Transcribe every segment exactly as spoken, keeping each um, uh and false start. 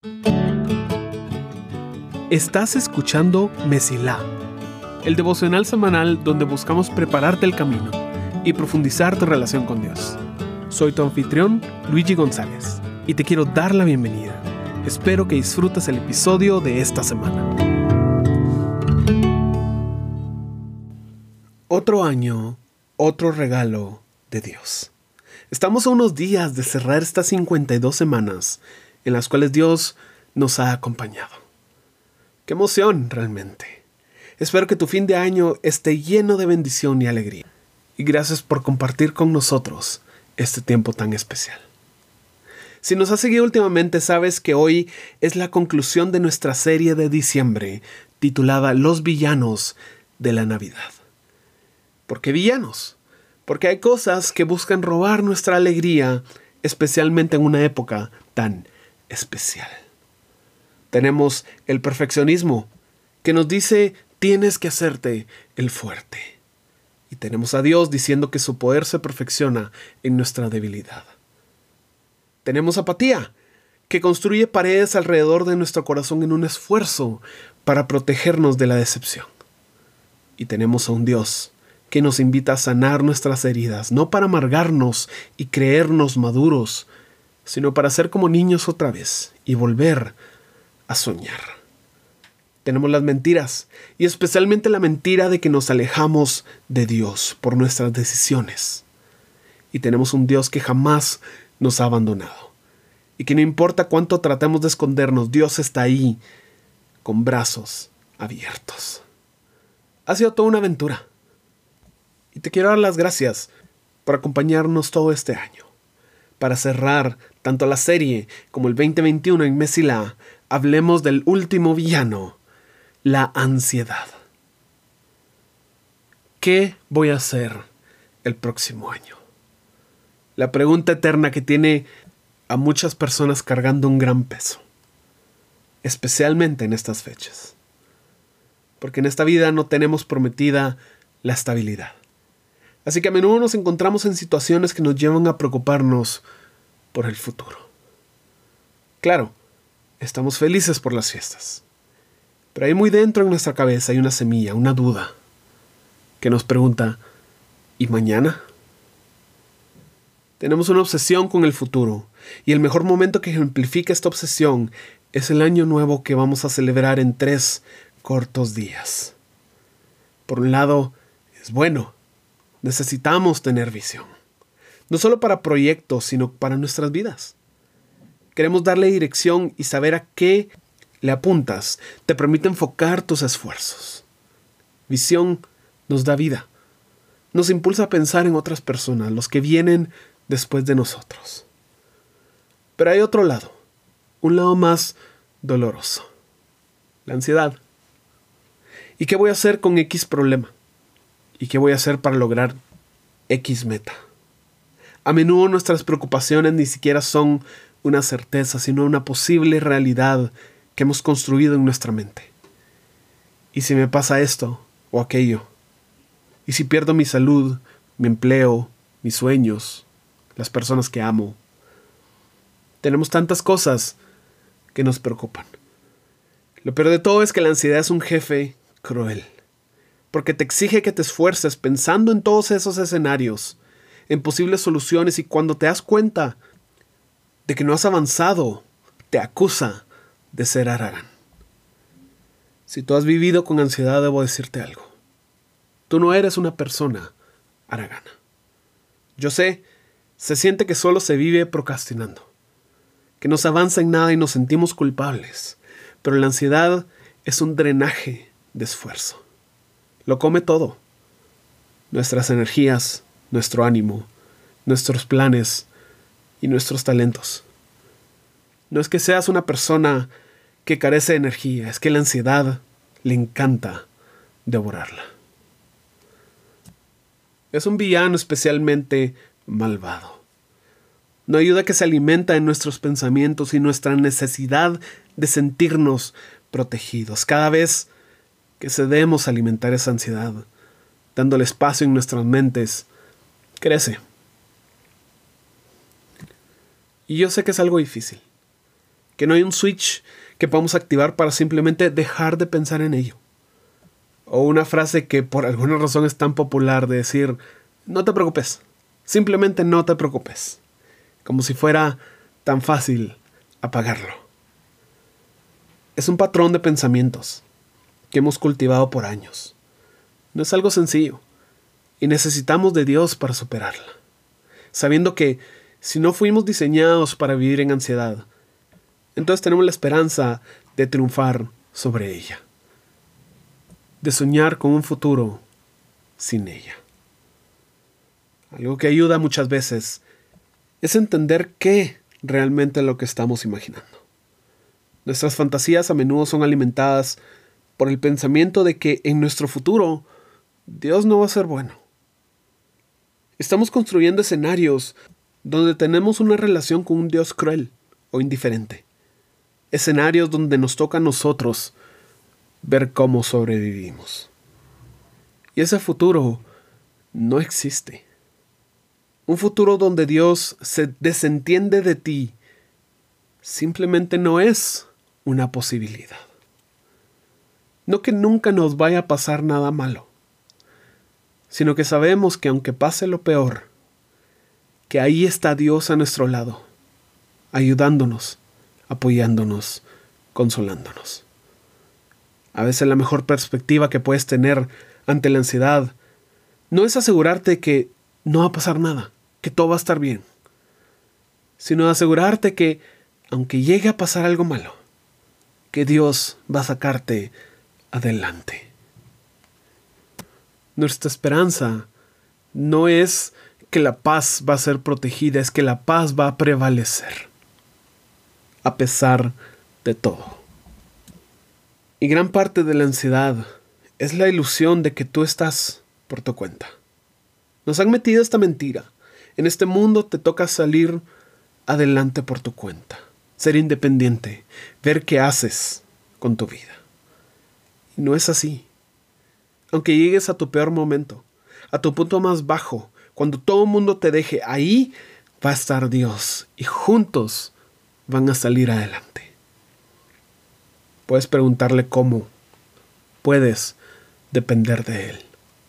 Estás escuchando Mesilá, el devocional semanal donde buscamos prepararte el camino y profundizar tu relación con Dios. Soy tu anfitrión, Luigi González, y te quiero dar la bienvenida. Espero que disfrutes el episodio de esta semana. Otro año, otro regalo de Dios. Estamos a unos días de cerrar estas cincuenta y dos semanas en las cuales Dios nos ha acompañado. ¡Qué emoción realmente! Espero que tu fin de año esté lleno de bendición y alegría. Y gracias por compartir con nosotros este tiempo tan especial. Si nos has seguido últimamente, sabes que hoy es la conclusión de nuestra serie de diciembre titulada Los villanos de la Navidad. ¿Por qué villanos? Porque hay cosas que buscan robar nuestra alegría, especialmente en una época tan especial. Tenemos el perfeccionismo, que nos dice tienes que hacerte el fuerte. Y tenemos a Dios diciendo que su poder se perfecciona en nuestra debilidad. Tenemos apatía, que construye paredes alrededor de nuestro corazón en un esfuerzo para protegernos de la decepción. Y tenemos a un Dios que nos invita a sanar nuestras heridas, no para amargarnos y creernos maduros, sino para ser como niños otra vez y volver a soñar. Tenemos las mentiras, y especialmente la mentira de que nos alejamos de Dios por nuestras decisiones. Y tenemos un Dios que jamás nos ha abandonado, y que no importa cuánto tratemos de escondernos, Dios está ahí, con brazos abiertos. Ha sido toda una aventura, y te quiero dar las gracias por acompañarnos todo este año. Para cerrar tanto la serie como el veinte veintiuno en Mesilá, hablemos del último villano, la ansiedad. ¿Qué voy a hacer el próximo año? La pregunta eterna que tiene a muchas personas cargando un gran peso, especialmente en estas fechas. Porque en esta vida no tenemos prometida la estabilidad. Así que a menudo nos encontramos en situaciones que nos llevan a preocuparnos por el futuro. Claro, estamos felices por las fiestas, pero ahí muy dentro en nuestra cabeza hay una semilla, una duda, que nos pregunta, ¿y mañana? Tenemos una obsesión con el futuro, y el mejor momento que ejemplifica esta obsesión es el año nuevo que vamos a celebrar en tres cortos días. Por un lado, es bueno. Necesitamos tener visión, no solo para proyectos, sino para nuestras vidas. Queremos darle dirección y saber a qué le apuntas te permite enfocar tus esfuerzos. Visión nos da vida, nos impulsa a pensar en otras personas, los que vienen después de nosotros. Pero hay otro lado, un lado más doloroso, la ansiedad. ¿Y qué voy a hacer con X problema? ¿Y qué voy a hacer para lograr X meta? A menudo nuestras preocupaciones ni siquiera son una certeza, sino una posible realidad que hemos construido en nuestra mente. ¿Y si me pasa esto o aquello? ¿Y si pierdo mi salud, mi empleo, mis sueños, las personas que amo? Tenemos tantas cosas que nos preocupan. Lo peor de todo es que la ansiedad es un jefe cruel, porque te exige que te esfuerces pensando en todos esos escenarios, en posibles soluciones, y cuando te das cuenta de que no has avanzado, te acusa de ser haragán. Si tú has vivido con ansiedad, debo decirte algo. Tú no eres una persona haragana. Yo sé, se siente que solo se vive procrastinando, que no se avanza en nada y nos sentimos culpables, pero la ansiedad es un drenaje de esfuerzo. Lo come todo. Nuestras energías, nuestro ánimo, nuestros planes y nuestros talentos. No es que seas una persona que carece de energía, es que la ansiedad le encanta devorarla. Es un villano especialmente malvado. No ayuda que se alimenta en nuestros pensamientos y nuestra necesidad de sentirnos protegidos. Cada vez que cedemos a alimentar esa ansiedad, dándole espacio en nuestras mentes, crece. Y yo sé que es algo difícil, que no hay un switch que podamos activar para simplemente dejar de pensar en ello. O una frase que por alguna razón es tan popular de decir, no te preocupes, simplemente no te preocupes, como si fuera tan fácil apagarlo. Es un patrón de pensamientos que hemos cultivado por años. No es algo sencillo y necesitamos de Dios para superarla, sabiendo que si no fuimos diseñados para vivir en ansiedad, entonces tenemos la esperanza de triunfar sobre ella, de soñar con un futuro sin ella. Algo que ayuda muchas veces es entender qué realmente es lo que estamos imaginando. Nuestras fantasías a menudo son alimentadas por el pensamiento de que en nuestro futuro Dios no va a ser bueno. Estamos construyendo escenarios donde tenemos una relación con un Dios cruel o indiferente. Escenarios donde nos toca a nosotros ver cómo sobrevivimos. Y ese futuro no existe. Un futuro donde Dios se desentiende de ti simplemente no es una posibilidad. No que nunca nos vaya a pasar nada malo, sino que sabemos que aunque pase lo peor, que ahí está Dios a nuestro lado, ayudándonos, apoyándonos, consolándonos. A veces la mejor perspectiva que puedes tener ante la ansiedad no es asegurarte que no va a pasar nada, que todo va a estar bien, sino asegurarte que, aunque llegue a pasar algo malo, que Dios va a sacarte adelante. Nuestra esperanza no es que la paz va a ser protegida, es que la paz va a prevalecer, a pesar de todo. Y gran parte de la ansiedad es la ilusión de que tú estás por tu cuenta. Nos han metido esta mentira. En este mundo te toca salir adelante por tu cuenta, ser independiente, ver qué haces con tu vida. Y no es así. Aunque llegues a tu peor momento, a tu punto más bajo, cuando todo el mundo te deje, ahí va a estar Dios y juntos van a salir adelante. Puedes preguntarle cómo. Puedes depender de Él.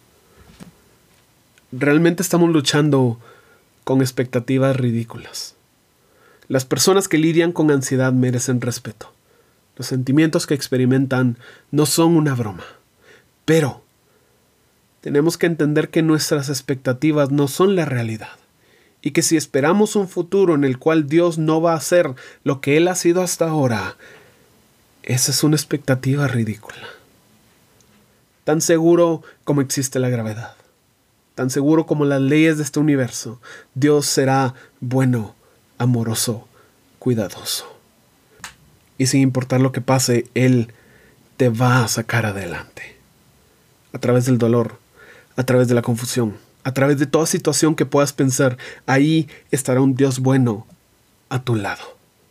Realmente estamos luchando con expectativas ridículas. Las personas que lidian con ansiedad merecen respeto. Los sentimientos que experimentan no son una broma. Pero tenemos que entender que nuestras expectativas no son la realidad. Y que si esperamos un futuro en el cual Dios no va a hacer lo que Él ha sido hasta ahora, esa es una expectativa ridícula. Tan seguro como existe la gravedad, tan seguro como las leyes de este universo, Dios será bueno, amoroso, cuidadoso. Y sin importar lo que pase, Él te va a sacar adelante. A través del dolor, a través de la confusión, a través de toda situación que puedas pensar, ahí estará un Dios bueno a tu lado.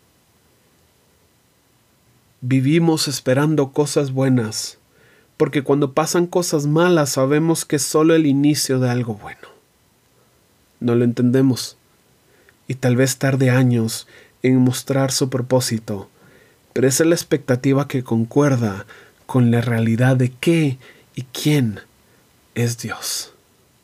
Vivimos esperando cosas buenas, porque cuando pasan cosas malas sabemos que es solo el inicio de algo bueno. No lo entendemos, y tal vez tarde años en mostrar su propósito, pero esa es la expectativa que concuerda con la realidad de qué y quién es Dios.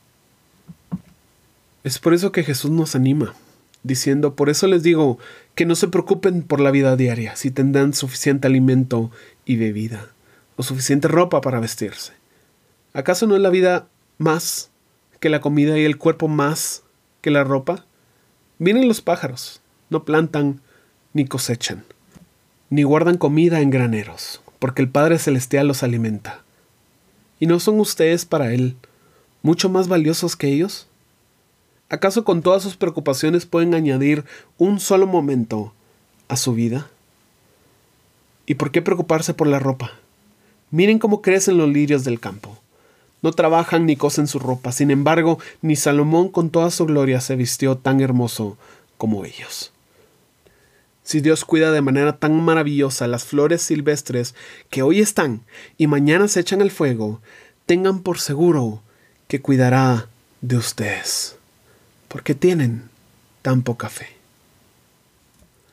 Es por eso que Jesús nos anima, diciendo, por eso les digo que no se preocupen por la vida diaria, si tendrán suficiente alimento y bebida, o suficiente ropa para vestirse. ¿Acaso no es la vida más que la comida y el cuerpo más que la ropa? Miren los pájaros, no plantan ni cosechan, ni guardan comida en graneros, porque el Padre Celestial los alimenta. ¿Y no son ustedes para Él mucho más valiosos que ellos? ¿Acaso con todas sus preocupaciones pueden añadir un solo momento a su vida? ¿Y por qué preocuparse por la ropa? Miren cómo crecen los lirios del campo. No trabajan ni cosen su ropa. Sin embargo, ni Salomón con toda su gloria se vistió tan hermoso como ellos. Si Dios cuida de manera tan maravillosa las flores silvestres que hoy están y mañana se echan al fuego, tengan por seguro que cuidará de ustedes. ¿Por qué tienen tan poca fe?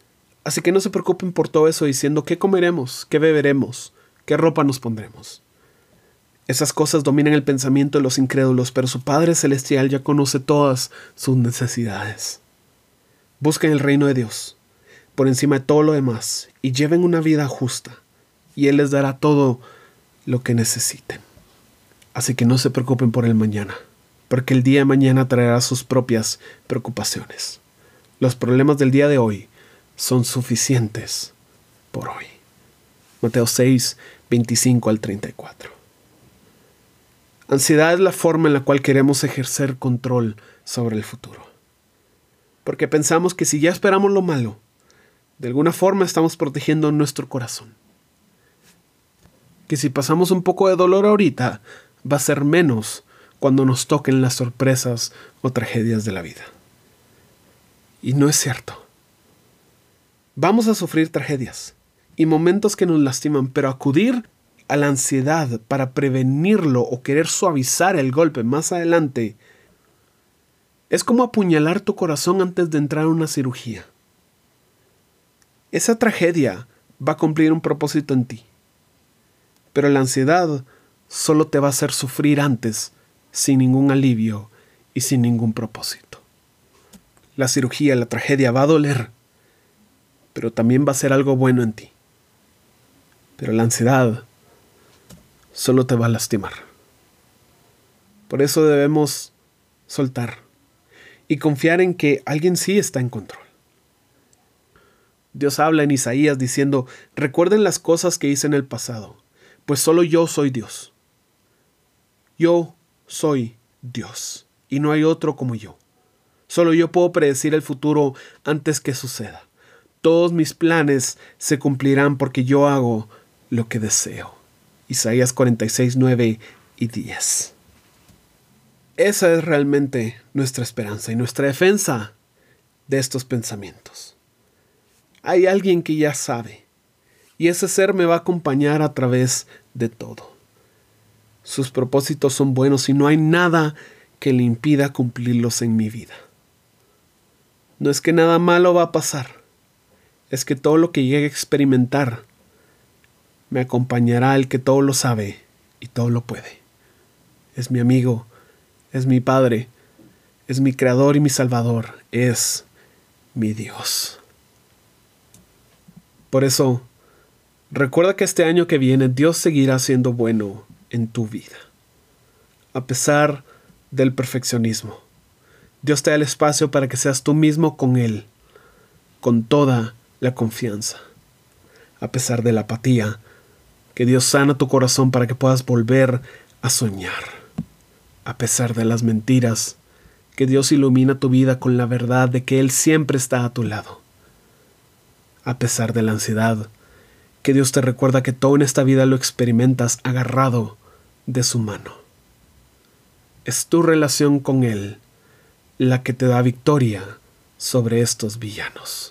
Así que no se preocupen por todo eso diciendo qué comeremos, qué beberemos, qué ropa nos pondremos. Esas cosas dominan el pensamiento de los incrédulos, pero su Padre Celestial ya conoce todas sus necesidades. Busquen el reino de Dios por encima de todo lo demás y lleven una vida justa, y Él les dará todo lo que necesiten. Así que no se preocupen por el mañana, porque el día de mañana traerá sus propias preocupaciones. Los problemas del día de hoy son suficientes por hoy. Mateo seis, veinticinco al treinta y cuatro. Ansiedad es la forma en la cual queremos ejercer control sobre el futuro. Porque pensamos que si ya esperamos lo malo, de alguna forma estamos protegiendo nuestro corazón. Que si pasamos un poco de dolor ahorita, va a ser menos cuando nos toquen las sorpresas o tragedias de la vida. Y no es cierto. Vamos a sufrir tragedias y momentos que nos lastiman, pero acudir a la ansiedad para prevenirlo o querer suavizar el golpe más adelante es como apuñalar tu corazón antes de entrar a una cirugía. Esa tragedia va a cumplir un propósito en ti, pero la ansiedad solo te va a hacer sufrir antes, sin ningún alivio y sin ningún propósito. La cirugía, la tragedia va a doler, pero también va a ser algo bueno en ti. Pero la ansiedad solo te va a lastimar. Por eso debemos soltar y confiar en que alguien sí está en control. Dios habla en Isaías diciendo: recuerden las cosas que hice en el pasado, pues solo yo soy Dios. Yo soy Dios y no hay otro como yo. Solo yo puedo predecir el futuro antes que suceda. Todos mis planes se cumplirán porque yo hago lo que deseo. Isaías cuarenta y seis, nueve y diez. Esa es realmente nuestra esperanza y nuestra defensa de estos pensamientos. Hay alguien que ya sabe, y ese ser me va a acompañar a través de todo. Sus propósitos son buenos y no hay nada que le impida cumplirlos en mi vida. No es que nada malo va a pasar, es que todo lo que llegue a experimentar me acompañará el que todo lo sabe y todo lo puede. Es mi amigo, es mi Padre, es mi Creador y mi Salvador, es mi Dios. Por eso, recuerda que este año que viene Dios seguirá siendo bueno en tu vida. A pesar del perfeccionismo, Dios te da el espacio para que seas tú mismo con Él, con toda la confianza. A pesar de la apatía, que Dios sana tu corazón para que puedas volver a soñar. A pesar de las mentiras, que Dios ilumina tu vida con la verdad de que Él siempre está a tu lado. A pesar de la ansiedad, que Dios te recuerda que todo en esta vida lo experimentas agarrado de su mano. Es tu relación con Él la que te da victoria sobre estos villanos.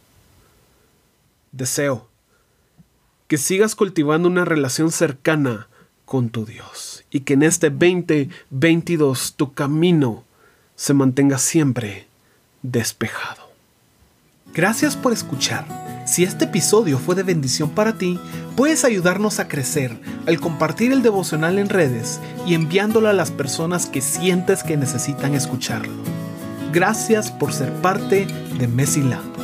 Deseo que sigas cultivando una relación cercana con tu Dios y que en este veinte veintidós tu camino se mantenga siempre despejado. Gracias por escuchar. Si este episodio fue de bendición para ti, puedes ayudarnos a crecer al compartir el devocional en redes y enviándolo a las personas que sientes que necesitan escucharlo. Gracias por ser parte de Mesilá.